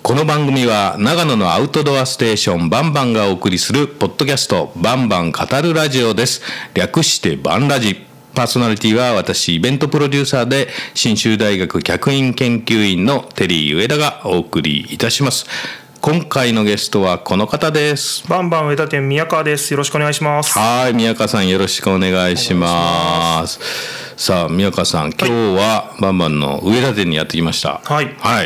この番組は長野のアウトドアステーションバンバンがお送りするポッドキャストバンバン語るラジオです。略してバンラジ。パーソナリティは私イベントプロデューサーで信州大学客員研究員のテリー上田がお送りいたします。今回のゲストはこの方です。 バンバン上田店宮川です。よろしくお願いします。 はい、宮川さんよろしくお願いします。さあ宮川さん、今日はバンバンの上田店にやってきました。 はい、 はい、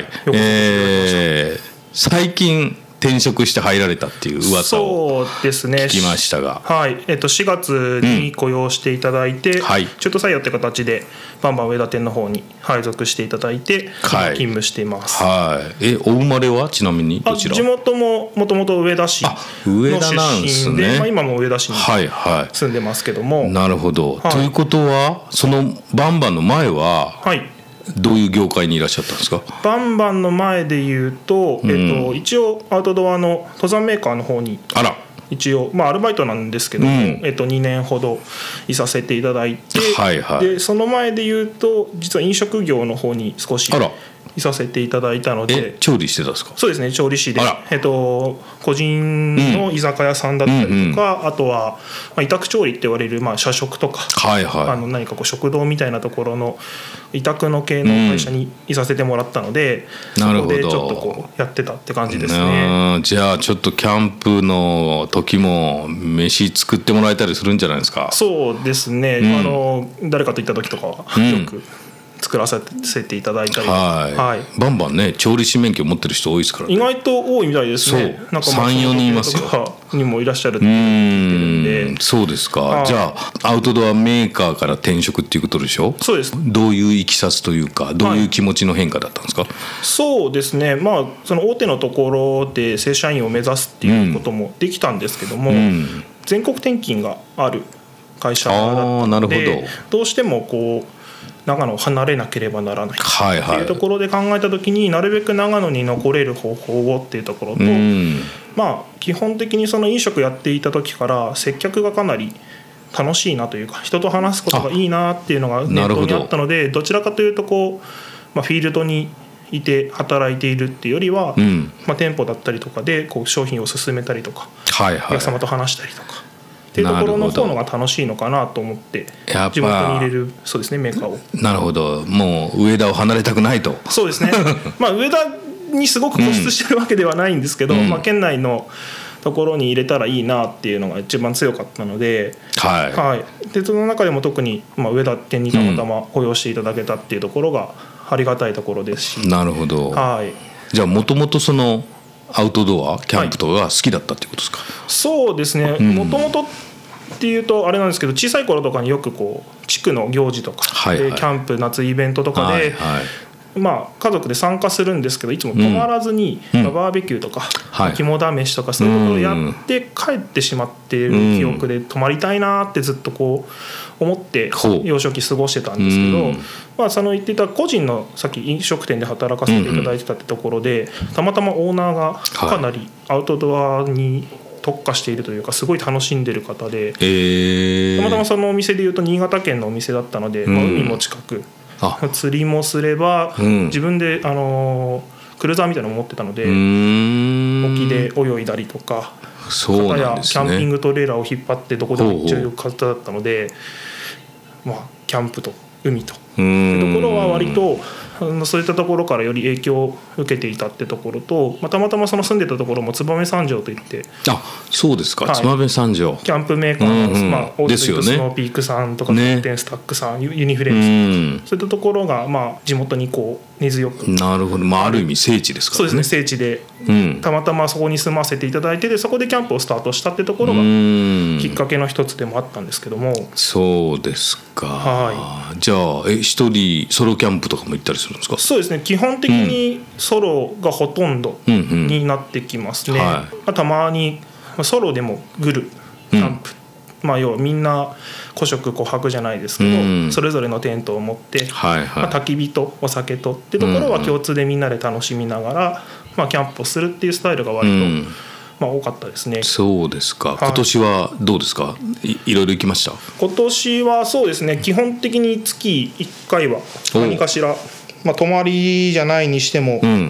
最近転職して入られたっていう噂を聞きましたが、 はい、4月に雇用していただいて、 はい、 中途採用って形でバンバン上田店の方に配属していただいて、 はい、 勤務しています。 はい、お生まれはちなみにどちら？ 地元ももともと上田市の出身で、今も上田市に住んでますけども、 なるほど、はい、ということはそのバンバンの前は、はい、どういう業界にいらっしゃったんですか？ バンバンの前で言うと、一応アウトドアの登山メーカーの方に一応、アルバイトなんですけども、2年ほどいさせていただいて、はいはい、でその前で言うと実は飲食業の方に少しいさせていただいたので。 調理してたんですか？ そうですね、調理師で、個人の居酒屋さんだったりとか、あとは、委託調理って言われる、社食とか、はいはい、何かこう食堂みたいなところの委託の系の会社にいさせてもらったので、そこでちょっとこうやってたって感じですね。 じゃあちょっとキャンプの時も飯作ってもらえたりするんじゃないですか？ そうですね、誰かと行った時とかはよく作らせていただいたり、 はいはい、バンバンね調理師免許持ってる人多いですからね。 意外と多いみたいですね。 なんか3,4 人いますよ。 にもいらっしゃるって聞いてるんで。 そうですか。じゃあアウトドアメーカーから転職っていうことでしょ？ そうです。 どういういきさつというかどういう気持ちの変化だったんですか？はい、 そうですね、その大手のところで正社員を目指すっていうこともできたんですけども、全国転勤がある会社だったので、どうしてもこう長野を離れなければならないっていうところで考えた時に、なるべく長野に残れる方法をっていうところと、基本的にその飲食やっていた時から接客がかなり楽しいなというか、人と話すことがいいなっていうのが念頭にあったので、どちらかというとこう、フィールドにいて働いているっていうよりは、店舗だったりとかでこう商品を進めたりとか、お客様と話したりとかっていうところの方のが楽しいのかなと思って地元に入れる、そうですね、メーカーを。 なるほど、もう上田を離れたくないと。 そうですね上田にすごく固執してるわけではないんですけど、県内のところに入れたらいいなっていうのが一番強かったので、はいはい、でその中でも特に、上田店にたまたま雇用していただけたっていうところがありがたいところですし。 なるほど、はい、じゃあもともとそのアウトドアキャンプとかが好きだったっていうことですか？はい、そうですね、もともとっていうとあれなんですけど、小さい頃とかによくこう地区の行事とか、キャンプ夏イベントとかで、家族で参加するんですけど、いつも泊まらずに、バーベキューとか、肝試しとかそういうことをやって帰ってしまっている記憶で、泊まりたいなってずっとこう思って幼少期過ごしてたんですけど、その言っていた個人のさっき飲食店で働かせていただいてたってところで、たまたまオーナーがかなりアウトドアに特化しているというか、すごい楽しんでる方で、たまたまそのお店でいうと新潟県のお店だったので、海も近く、釣りもすれば、自分でクルーザーみたいなのを持ってたので、沖で泳いだりとか、そうなんですね、 キャンピングトレーラーを引っ張ってどこでも行っちゃう方だったので、キャンプと海というところは割とそういったところからより影響を受けていたってところと、たまたまその住んでたところも燕三条といって、 そうですか、燕三条キャンプメーカーの、オールスイートスノーピークさんとか、テンスタックさん、ユニフレームさん、そういったところが地元にこう根強く、 なるほど、ある意味聖地ですからね。 そうですね、聖地で、たまたまそこに住ませていただいて、でそこでキャンプをスタートしたってところがきっかけの一つでもあったんですけども。 そうですか、じゃあ一人ソロキャンプとかも行ったりするんですか？ そうですね、基本的にソロがほとんどになってきますね。たまにソロでもグルキャンプ、要はみんな個食個泊じゃないですけど、それぞれのテントを持って、焚き火とお酒とってところは共通でみんなで楽しみながら、キャンプをするっていうスタイルが割と、多かったですね。 そうですか。今年はどうですか？いろいろ行きました？ 今年はそうですね、基本的に月1回は何かしら、泊まりじゃないにしても、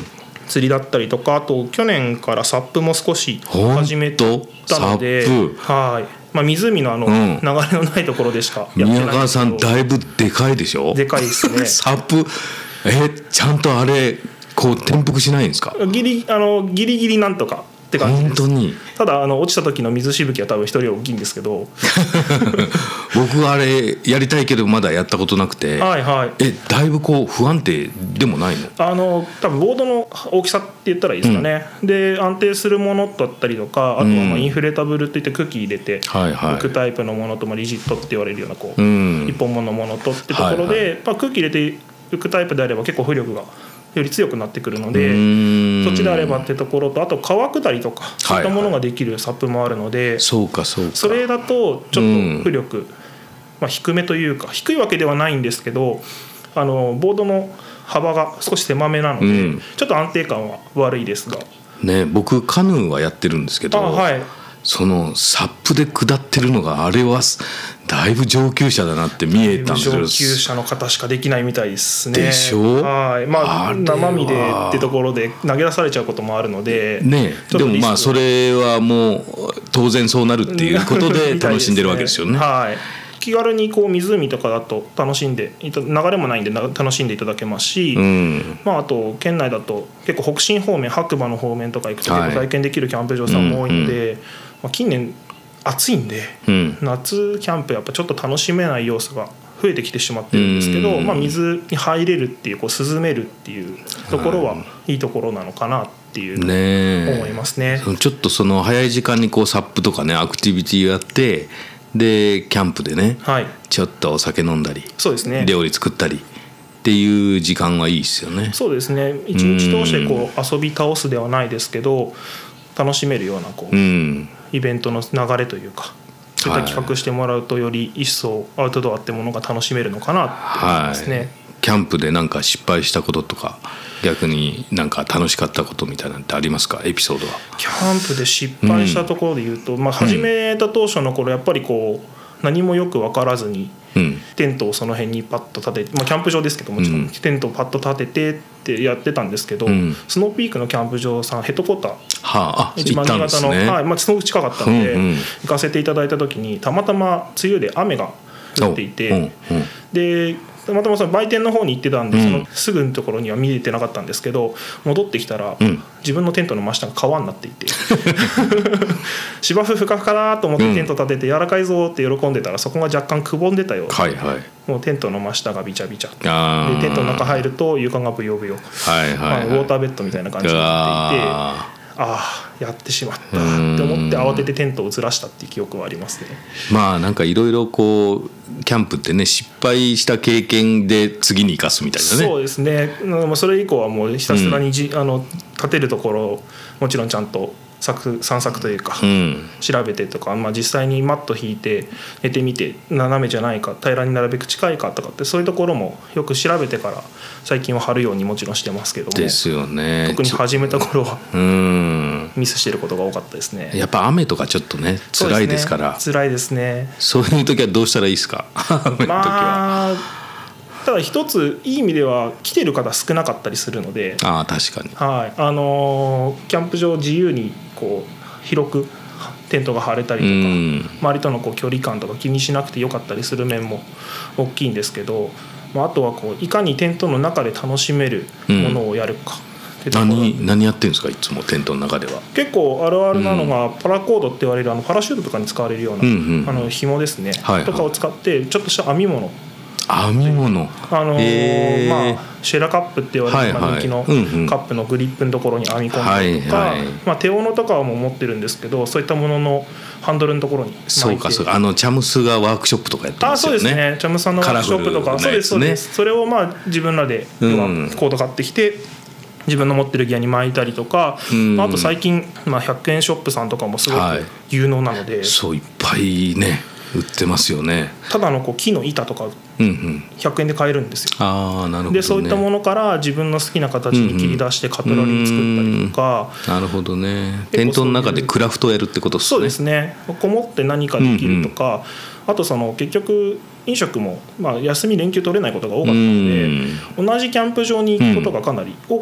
釣りだったりとか、あと去年からサップも少し始めたので、はい、湖の流れのないところでしかやってないんですけど。 宮川さんだいぶでかいでしょ。 でかいですね。 サップちゃんとあれこう転覆しないんですか。 ギリギリなんとかって感じです。 本当に。 ただ落ちた時の水しぶきは多分一人大きいんですけど僕はあれやりたいけどまだやったことなくて、 はいはい、 だいぶこう不安定でもないの。 多分ボードの大きさって言ったらいいですかね、で安定するものだったりとか、あとはインフレータブルといって空気入れて浮くタイプのものと、リジットって言われるようなこう、一本物のものとってところで、空気入れて浮くタイプであれば結構浮力がより強くなってくるので、そっちであればってところと、あと川下りとかそういったものができるサップもあるので、 そうかそうか。 それだとちょっと浮力、低めというか低いわけではないんですけど、ボードの幅が少し狭めなので、ちょっと安定感は悪いですがね。僕カヌーはやってるんですけど、 はい、 そのサップで下ってるのがあれはだいぶ上級者だなって見えたんですよ。 上級者の方しかできないみたいですね。 でしょ。 はい、生身でってところで投げ出されちゃうこともあるので、 ね、でもそれはもう当然そうなるっていうことで楽しんでるわけですよね。 はい、気軽にこう湖とかだと楽しんで、流れもないんで楽しんでいただけますし、あと県内だと結構北進方面、白馬の方面とか行くと結構体験できるキャンプ場さんも多いので、近年暑いんで、夏キャンプやっぱちょっと楽しめない要素が増えてきてしまってるんですけど、水に入れるっていう、涼めるっていうところはいいところなのかなっていう思いますね。 ちょっとその早い時間にこうサップとかねアクティビティやって、でキャンプでね、ちょっとお酒飲んだり、 そうですね、 料理作ったりっていう時間はいいですよね。 そうですね、一日通してこう遊び倒すではないですけど楽しめるようなこう、イベントの流れというか、そういった企画してもらうとより一層アウトドアってものが楽しめるのかなって思いますね。 キャンプでなんか失敗したこととか、逆になんか楽しかったことみたいなのってありますか、エピソードは。 キャンプで失敗したところで言うと、始めた当初の頃やっぱりこう何もよく分からずに、テントをその辺にパッと立てて、キャンプ場ですけどもちろん、テントをパッと立ててってやってたんですけど、スノーピークのキャンプ場さんヘッドコーター、一番新潟の、すごく近かったので、行かせていただいた時にたまたま梅雨で雨が降っていて、でたまたまその売店の方に行ってたんで、そのすぐのところには見えてなかったんですけど、戻ってきたら、自分のテントの真下が川になっていて芝生ふかふかだと思ってテント立てて柔らかいぞって喜んでたら、そこが若干くぼんでたようで、もうテントの真下がビチャビチャで、テントの中入ると床がブヨブヨ、ウォーターベッドみたいな感じになっていて、やってしまったって思って慌ててテントをずらしたっていう記憶はありますね。 なんかいろいろこうキャンプってね、失敗した経験で次に生かすみたいなね。 そうですね。それ以降はもうひたすらに立てるところをもちろんちゃんと散策というか調べてとか、実際にマット引いて寝てみて斜めじゃないか平らになるべく近いかとかって、そういうところもよく調べてから最近は貼るようにもちろんしてますけども。 ですよね。 特に始めた頃はミスしてることが多かったですね。 やっぱ雨とかちょっとね辛いですから。 辛いですね。 そういう時はどうしたらいいですか。雨の時は。 ただ一ついい意味では来てる方少なかったりするので、 確かに、 キャンプ場自由にこう広くテントが張れたりとか、周りとのこう距離感とか気にしなくてよかったりする面も大きいんですけど、あとはこういかにテントの中で楽しめるものをやるか、 何やってるんですか、いつもテントの中では。 結構あるあるなのが、パラコードって言われるパラシュートとかに使われるような、紐ですね、とかを使ってちょっとした編み物、 シェラカップって言われる人気のカップのグリップのところに編み込んだりとか、手斧とかも持ってるんですけど、そういったもののハンドルのところに巻いて。 そうか、チャムスがワークショップとかやってますよね。 そうですね、チャムスさんのワークショップとか、そうです。それを自分らでコード買ってきて自分の持ってるギアに巻いたりとか、あと最近100円ショップさんとかもすごく有能なので、 そういっぱいね売ってますよね。 ただの木の板とか100円で買えるんですよ。 なるほどね。 でそういったものから自分の好きな形に切り出してカトラリー作ったりとか。 なるほどね。テントの中でクラフトをやるってことですね。 そうですね。こもって何かできるとか、あと結局飲食も休み連休取れないことが多かったので、同じキャンプ場に行くことがかなり多かった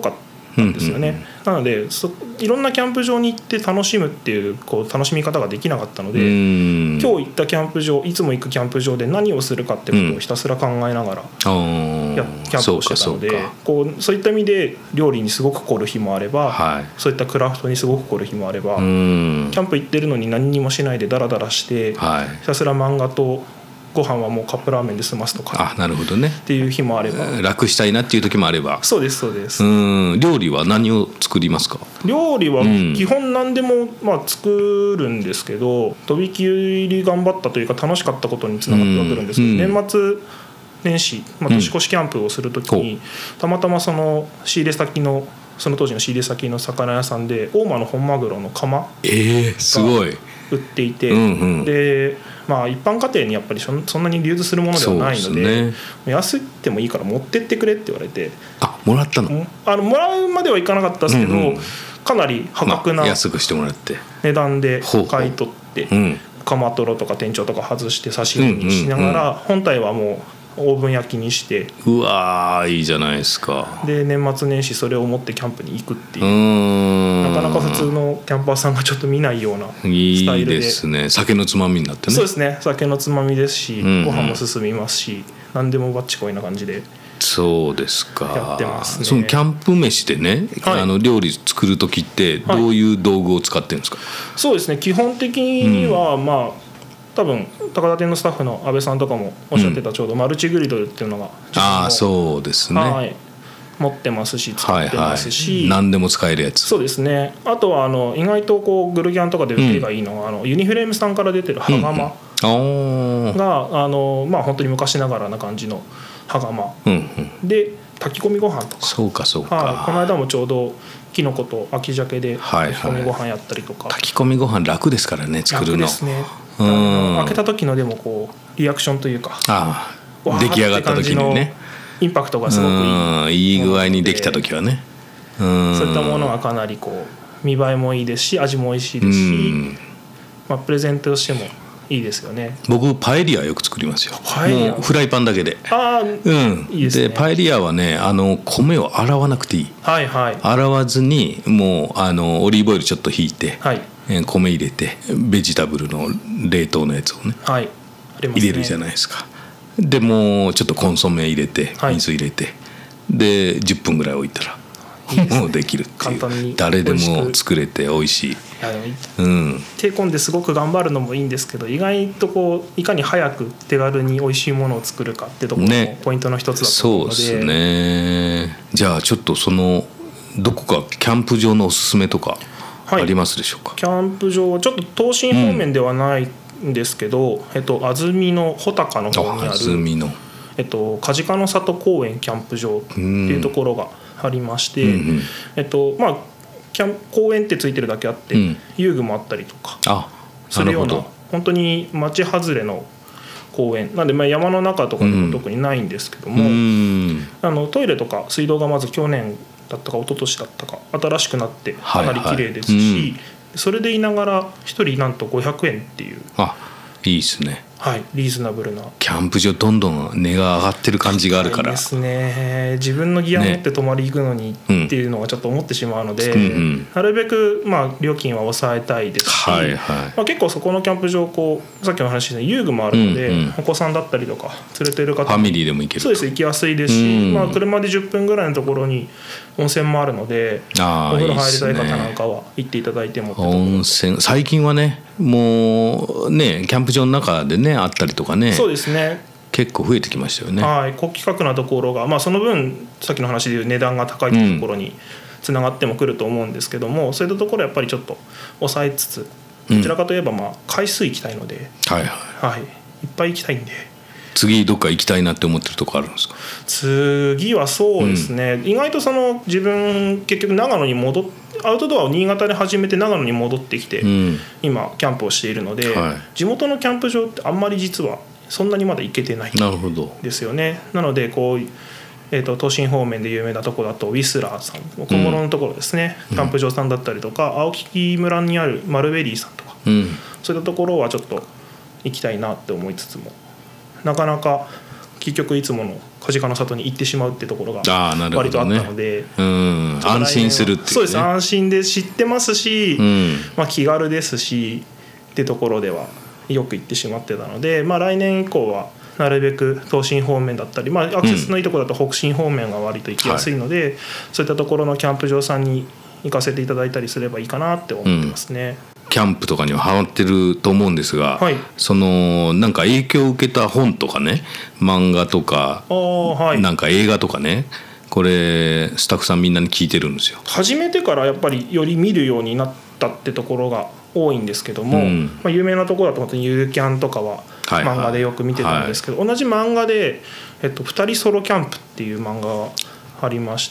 なんですよね。なのでいろんなキャンプ場に行って楽しむっていう楽しみ方ができなかったので、今日行ったキャンプ場、いつも行くキャンプ場で何をするかってことをひたすら考えながらキャンプをしてたので、そういった意味で料理にすごく凝る日もあれば、そういったクラフトにすごく凝る日もあれば、キャンプ行ってるのに何にもしないでダラダラして、ひたすら漫画とご飯はもうカップラーメンで済ますとか、 なるほどね、 っていう日もあれば、 楽したいなっていう時もあれば。 そうですそうです。 料理は何を作りますか？ 料理は基本何でも作るんですけど、とびきり頑張ったというか楽しかったことにつながってはくるんですけど、年末年始、年越しキャンプをするときに、たまたまその仕入れ先のその当時の仕入れ先の魚屋さんで大間の本マグロのカマすごい売っていて、で一般家庭にやっぱりそんなに流通するものではないので、安くてもいいから持ってってくれって言われて、 もらったの？ もらうまではいかなかったですけど、かなり破格な安くしてもらって値段で買い取って、カマトロとか天井とか外して刺身にしながら、本体はもうオーブン焼きにして、 うわいいじゃないですか。 で年末年始それを持ってキャンプに行くっていう、なかなか普通のキャンパーさんがちょっと見ないようなスタイルで。 いいですね。酒のつまみになってね。 そうですね、酒のつまみですし、ご飯も進みますし、何でもバッチコイな感じで。 そうですか。 やってますね。 そのキャンプ飯でね、料理作る時ってどういう道具を使ってるんですか？ そうですね、基本的には多分高田店のスタッフの安倍さんとかもおっしゃってた、ちょうどマルチグリドルっていうのがそうですね、 持ってますし使ってますし、 何でも使えるやつ。 そうですね。あとは意外とグルギャンとかで受けがいいのは、ユニフレームさんから出てる羽釜が、本当に昔ながらな感じの羽釜、で炊き込みご飯とか、 そうかそうか、 この間もちょうどキノコと秋鮭で炊き込みご飯やったりとか、 炊き込みご飯楽ですからね、作るの。 楽ですね。開けた時のでもリアクションというか、 出来上がった時にね、 インパクトがすごくいい具合にできた時はね、 そういったものがかなり見栄えもいいですし、味も美味しいですし、プレゼントとしてもいいですよね。 僕パエリアよく作りますよ。もうフライパンだけで。 いいですね。 でパエリアはね、米を洗わなくていい、洗わずにもうオリーブオイルちょっとひいて、米入れてベジタブルの冷凍のやつをね、入れるじゃないですか。でもうちょっとコンソメ入れて水入れて、で10分ぐらい置いたらもうできるっていう、誰でも作れて美味しい。手込んですごく頑張るのもいいんですけど、意外といかに早く手軽に美味しいものを作るかってところもポイントの一つだと思うので、 そうですね。じゃあちょっとどこかキャンプ場のおすすめとかありますでしょうか？ キャンプ場はちょっと東進方面ではないんですけど、安曇野穂高の方にある梶賀の里公園キャンプ場っていうところがありまして、公園ってついてるだけあって、遊具もあったりとかするような、本当に町外れの公園なんで、山の中とかでも特にないんですけども、トイレとか水道がまず去年だったか一昨年だったか新しくなってかなり綺麗ですし、それでいながら1人なんと500円っていう、 いいですね。 リーズナブルな。 キャンプ場どんどん値が上がってる感じがあるから、 ですね。自分のギア持って泊まり行くのにっていうのがちょっと思ってしまうので、なるべく料金は抑えたいですし、結構そこのキャンプ場さっきの話で遊具もあるので、お子さんだったりとか連れてる方もファミリーでも行ける。 そうです、行きやすいですし、車で10分ぐらいのところに温泉もあるので、お風呂入りたい方なんかは行っていただいても。 温泉最近はね、もうねキャンプ場の中でねあったりとかね、 そうですね、 結構増えてきましたよね。 高規格なところが、その分さっきの話でいう値段が高いところにつながってもくると思うんですけども、そういったところやっぱりちょっと抑えつつ、どちらかといえば回数行きたいので、いっぱい行きたいんで、 次どっか行きたいなって思ってるとこあるんですか？ 次はそうですね、意外と自分結局長野にアウトドアを新潟で始めて長野に戻ってきて、今キャンプをしているので、地元のキャンプ場ってあんまり実はそんなにまだ行けてないんですよね。なので東進方面で有名なところだとウィスラーさん、小諸のところですね、キャンプ場さんだったりとか、青木村にあるマルベリーさんとか、そういったところはちょっと行きたいなって思いつつも、なかなか結局いつもの梶賀の里に行ってしまうってところが割とあったので、 安心するっていうね。 そうです、安心で知ってますし、気軽ですしってところではよく行ってしまってたので、来年以降はなるべく東進方面だったり、アクセスのいいところだと北進方面が割と行きやすいので、そういったところのキャンプ場さんに行かせていただいたりすればいいかなって思ってますね。 キャンプとかにはハマってると思うんですが、そのなんか影響を受けた本とかね、漫画とか、なんか映画とかね、これスタッフさんみんなに聞いてるんですよ。 始めてからやっぱりより見るようになったってところが多いんですけども、有名なところだと本当にゆるキャンとかは漫画でよく見てたんですけど、同じ漫画で、2人ソロキャンプっていう漫画がありまして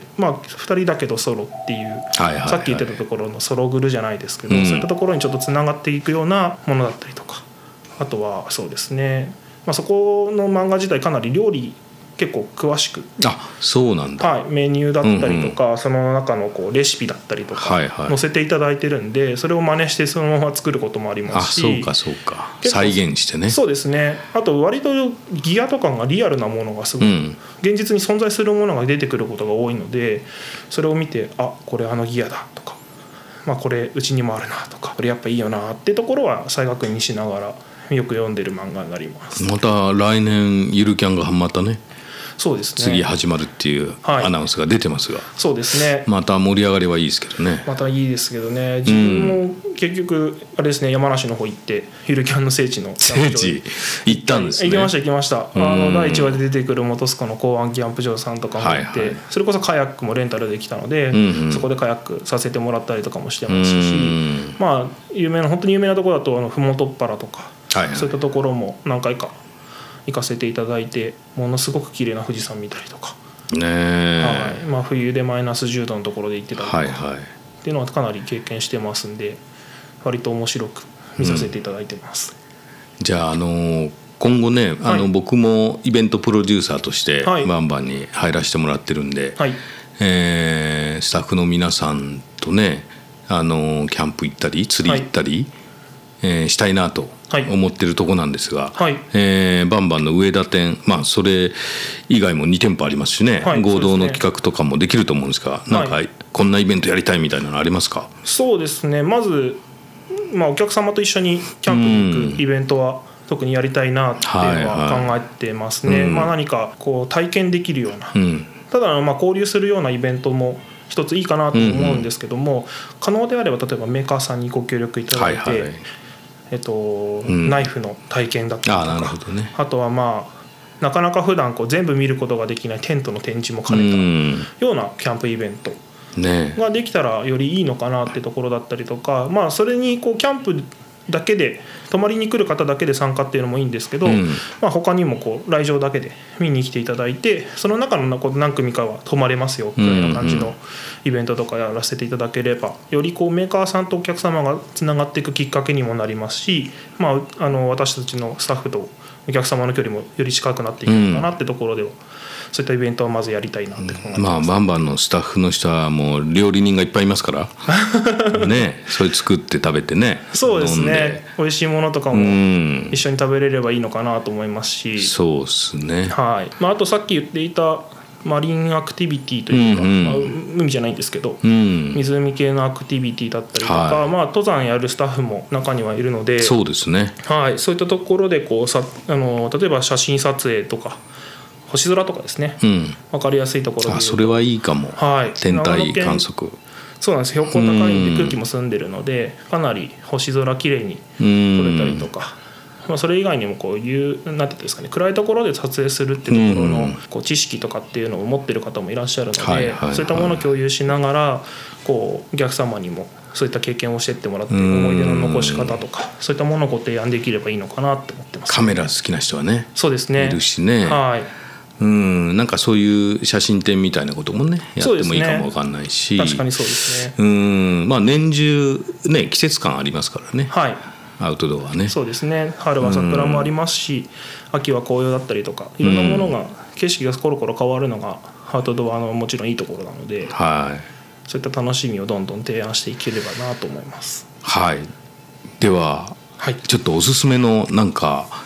、2人だけどソロっていう、さっき言ってたところのソログルじゃないですけど、そういったところにちょっとつながっていくようなものだったりとか、あとはそうですね、そこの漫画自体かなり料理結構詳しく、 そうなんだ、 メニューだったりとか、その中のレシピだったりとか載せていただいてるんで、それを真似してそのまま作ることもありますし、 そうか再現してね。 そうですね。あと割とギアとかがリアルなものがすごく現実に存在するものが出てくることが多いので、それを見て、これギアだとか、これうちにもあるなとか、これやっぱいいよなってところは再確認しながらよく読んでる漫画になります。 また来年ゆるキャンがまたね、 そうですね、 次始まるっていうアナウンスが出てますが、 そうですね、 また盛り上がりはいいですけどね。 またいいですけどね、自分も結局あれですね、山梨の方行ってゆるキャンの聖地の聖地行ったんですね。 行きました。第1話で出てくる本栖湖の港湾キャンプ場さんとかも行って、それこそカヤックもレンタルできたので、そこでカヤックさせてもらったりとかもしてますし、本当に有名なところだとふもとっぱらとか、そういったところも何回か行かせていただいて、ものすごく綺麗な富士山見たりとかね、冬でマイナス10度のところで行ってたりとか、っていうのはかなり経験してますんで、割と面白く見させていただいてます。 じゃあ、今後ね、僕もイベントプロデューサーとしてバンバンに入らせてもらってるんで、スタッフの皆さんとね、キャンプ行ったり釣り行ったり、したいなと思ってるとこなんですが、バンバンの上田店、それ以外も2店舗ありますしね、合同の企画とかもできると思うんですが、なんかこんなイベントやりたいみたいなのありますか？ そうですね、まず、お客様と一緒にキャンプに行くイベントは特にやりたいなっていうのは考えてますね。何か体験できるような、ただ交流するようなイベントも一ついいかなと思うんですけども、可能であれば例えばメーカーさんにご協力いただいて、ナイフの体験だったりとか、あとはなかなか普段全部見ることができないテントの展示も兼ねたようなキャンプイベントができたらよりいいのかなってところだったりとか、それにキャンプだけで泊まりに来る方だけで参加っていうのもいいんですけど、他にも来場だけで見に来ていただいて、その中の何組かは泊まれますよみたいな感じのイベントとかやらせていただければ、よりメーカーさんとお客様がつながっていくきっかけにもなりますし、私たちのスタッフとお客様の距離もより近くなっていくのかなってところでは、そういったイベントはまずやりたいなって考えてます。 バンバンのスタッフの人はもう料理人がいっぱいいますからね、それ作って食べてね、 そうですね、美味しいものとかも一緒に食べれればいいのかなと思いますし、 そうですね、 あとさっき言っていたマリンアクティビティというか、海じゃないんですけど、湖系のアクティビティだったりとか、登山やるスタッフも中にはいるので、 そうですね、 そういったところで例えば写真撮影とか星空とかですね、分かりやすいところで、 それはいいかも、天体観測、 そうなんです、標高高いんで空気も澄んでるので、かなり星空きれいに撮れたりとか、それ以外にもなんていうんですかね、暗いところで撮影するっていうところの知識とかっていうのを持ってる方もいらっしゃるので、そういったものを共有しながらお客様にもそういった経験をしてってもらって、思い出の残し方とかそういったものをご提案できればいいのかなと思ってます。 カメラ好きな人はね、 そうですね、 いるしね、なんかそういう写真展みたいなこともねやってもいいかもわかんないし、 確かにそうですね、 年中ね季節感ありますからね、アウトドアはね。 そうですね、春は桜もありますし、秋は紅葉だったりとか、いろんなものが、景色がコロコロ変わるのがアウトドアのもちろんいいところなので、そういった楽しみをどんどん提案していければなと思います。 では、ちょっとおすすめのなんか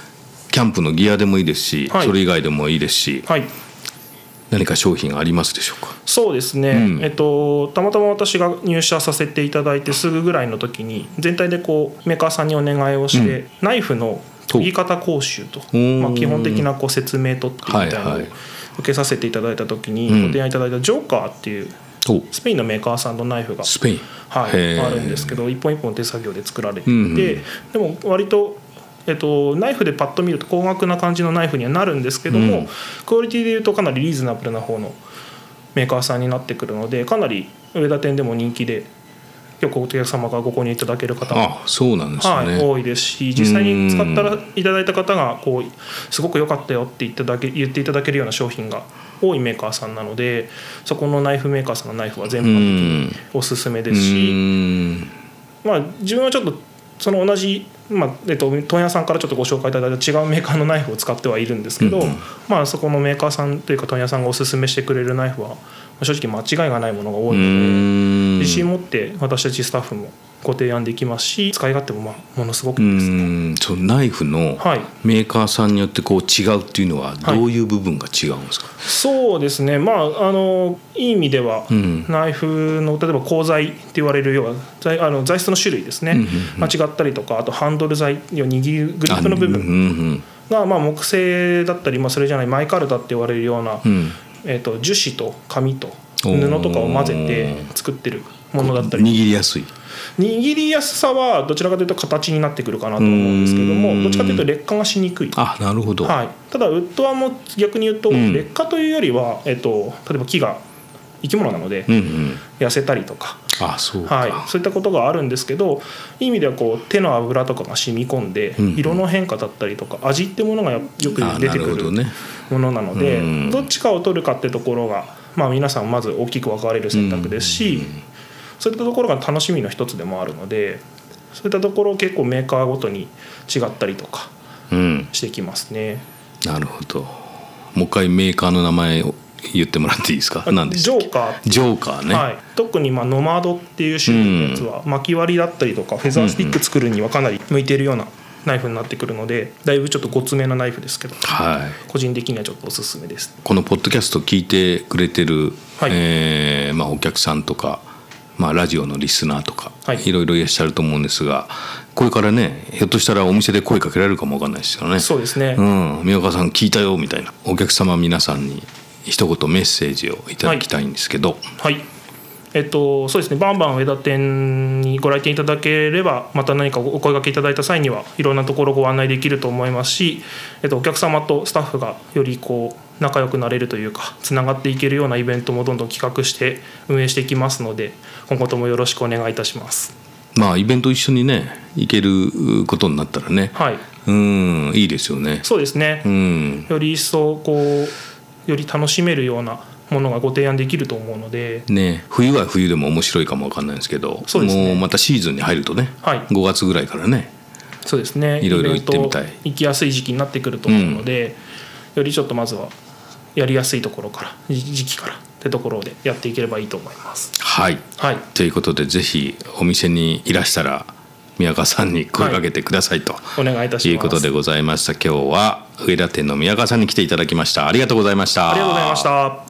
キャンプのギアでもいいですし、はい、それ以外でもいいですし、はい、何か商品ありますでしょうか。 そうですね、たまたま私が入社させていただいてすぐぐらいの時に全体でこうメーカーさんにお願いをして、ナイフの研ぎ方講習と、基本的なこう説明とってみたいなのを受けさせていただいた時にご提案いただいたジョーカーっていうスペインのメーカーさんのナイフがあるんですけど、一本一本手作業で作られていて、でも割とナイフでパッと見ると高額な感じのナイフにはなるんですけども、クオリティでいうとかなりリーズナブルな方のメーカーさんになってくるので、かなり上田店でも人気で結構お客様がご購入いただける方も多いですし、実際に使ったらいただいた方がこうすごく良かったよって言っていただけるような商品が多いメーカーさんなので、そこのナイフメーカーさんのナイフは全般的におすすめですし、自分はちょっとその同じ問屋さんからちょっとご紹介いただいた違うメーカーのナイフを使ってはいるんですけど、そこのメーカーさんというか問屋さんがおすすめしてくれるナイフは正直間違いがないものが多いので、自信持って私たちスタッフもご提案できますし、使い勝手もものすごくいいですね。 そのナイフのメーカーさんによってこう違うっていうのはどういう部分が違うんですか。 そうですね、いい意味では、ナイフの例えば鋼材って言われるような材質の種類ですね、間違ったりとか、あとハンドル材、握るグリップの部分が木製だったり、それじゃないマイカルダって言われるような、樹脂と紙と布とかを混ぜて作ってるものだったり、 握りやすさはどちらかというと形になってくるかなと思うんですけども、どっちかというと劣化がしにくい。 なるほど。 ただウッドはもう逆に言うと、劣化というよりは、例えば木が生き物なので痩せたりとか、そういったことがあるんですけど、いい意味ではこう手の油とかが染み込んで、色の変化だったりとか味ってものがよく出てくるものなので、どっちかを取るかってところが、皆さんまず大きく分かれる選択ですし、そういったところが楽しみの一つでもあるので、そういったところを結構メーカーごとに違ったりとかしてきますね。 なるほど。もう一回メーカーの名前を言ってもらっていいですか。何でしたっけ。ジョーカーね、 特にノマドっていう種類のやつは巻き割りだったりとかフェザースティック作るにはかなり向いているようなナイフになってくるので、だいぶちょっとごつめなナイフですけど、個人的にはちょっとおすすめです。 このポッドキャスト聞いてくれてる、お客さんとか、ラジオのリスナーとか、いろいろいらっしゃると思うんですが、これからね、ひょっとしたらお店で声かけられるかもわかんないですよね。 そうですね、 宮川さん聞いたよみたいな、お客様皆さんに一言メッセージをいただきたいんですけど。 そうですね、バンバン上田店にご来店いただければ、また何かお声掛けいただいた際にはいろんなところご案内できると思いますし、お客様とスタッフがよりこう仲良くなれるというか、つながっていけるようなイベントもどんどん企画して運営していきますので、今後ともよろしくお願いいたします。 イベント一緒にね行けることになったらね、いいですよね。 そうですね、より一層こうより楽しめるようなものがご提案できると思うので、 冬は冬でも面白いかもわかんないんですけど、もうまたシーズンに入るとね、5月ぐらいからね、 そうですね、 いろいろ行ってみたい、 行きやすい時期になってくると思うので、よりちょっとまずはやりやすいところから時期からってところでやっていければいいと思います。 ということで、ぜひお店にいらしたら宮川さんに声かけてくださいと、 お願いいたします。 いうことでございました。今日は上田店の宮川さんに来ていただきました。ありがとうございました。 ありがとうございました。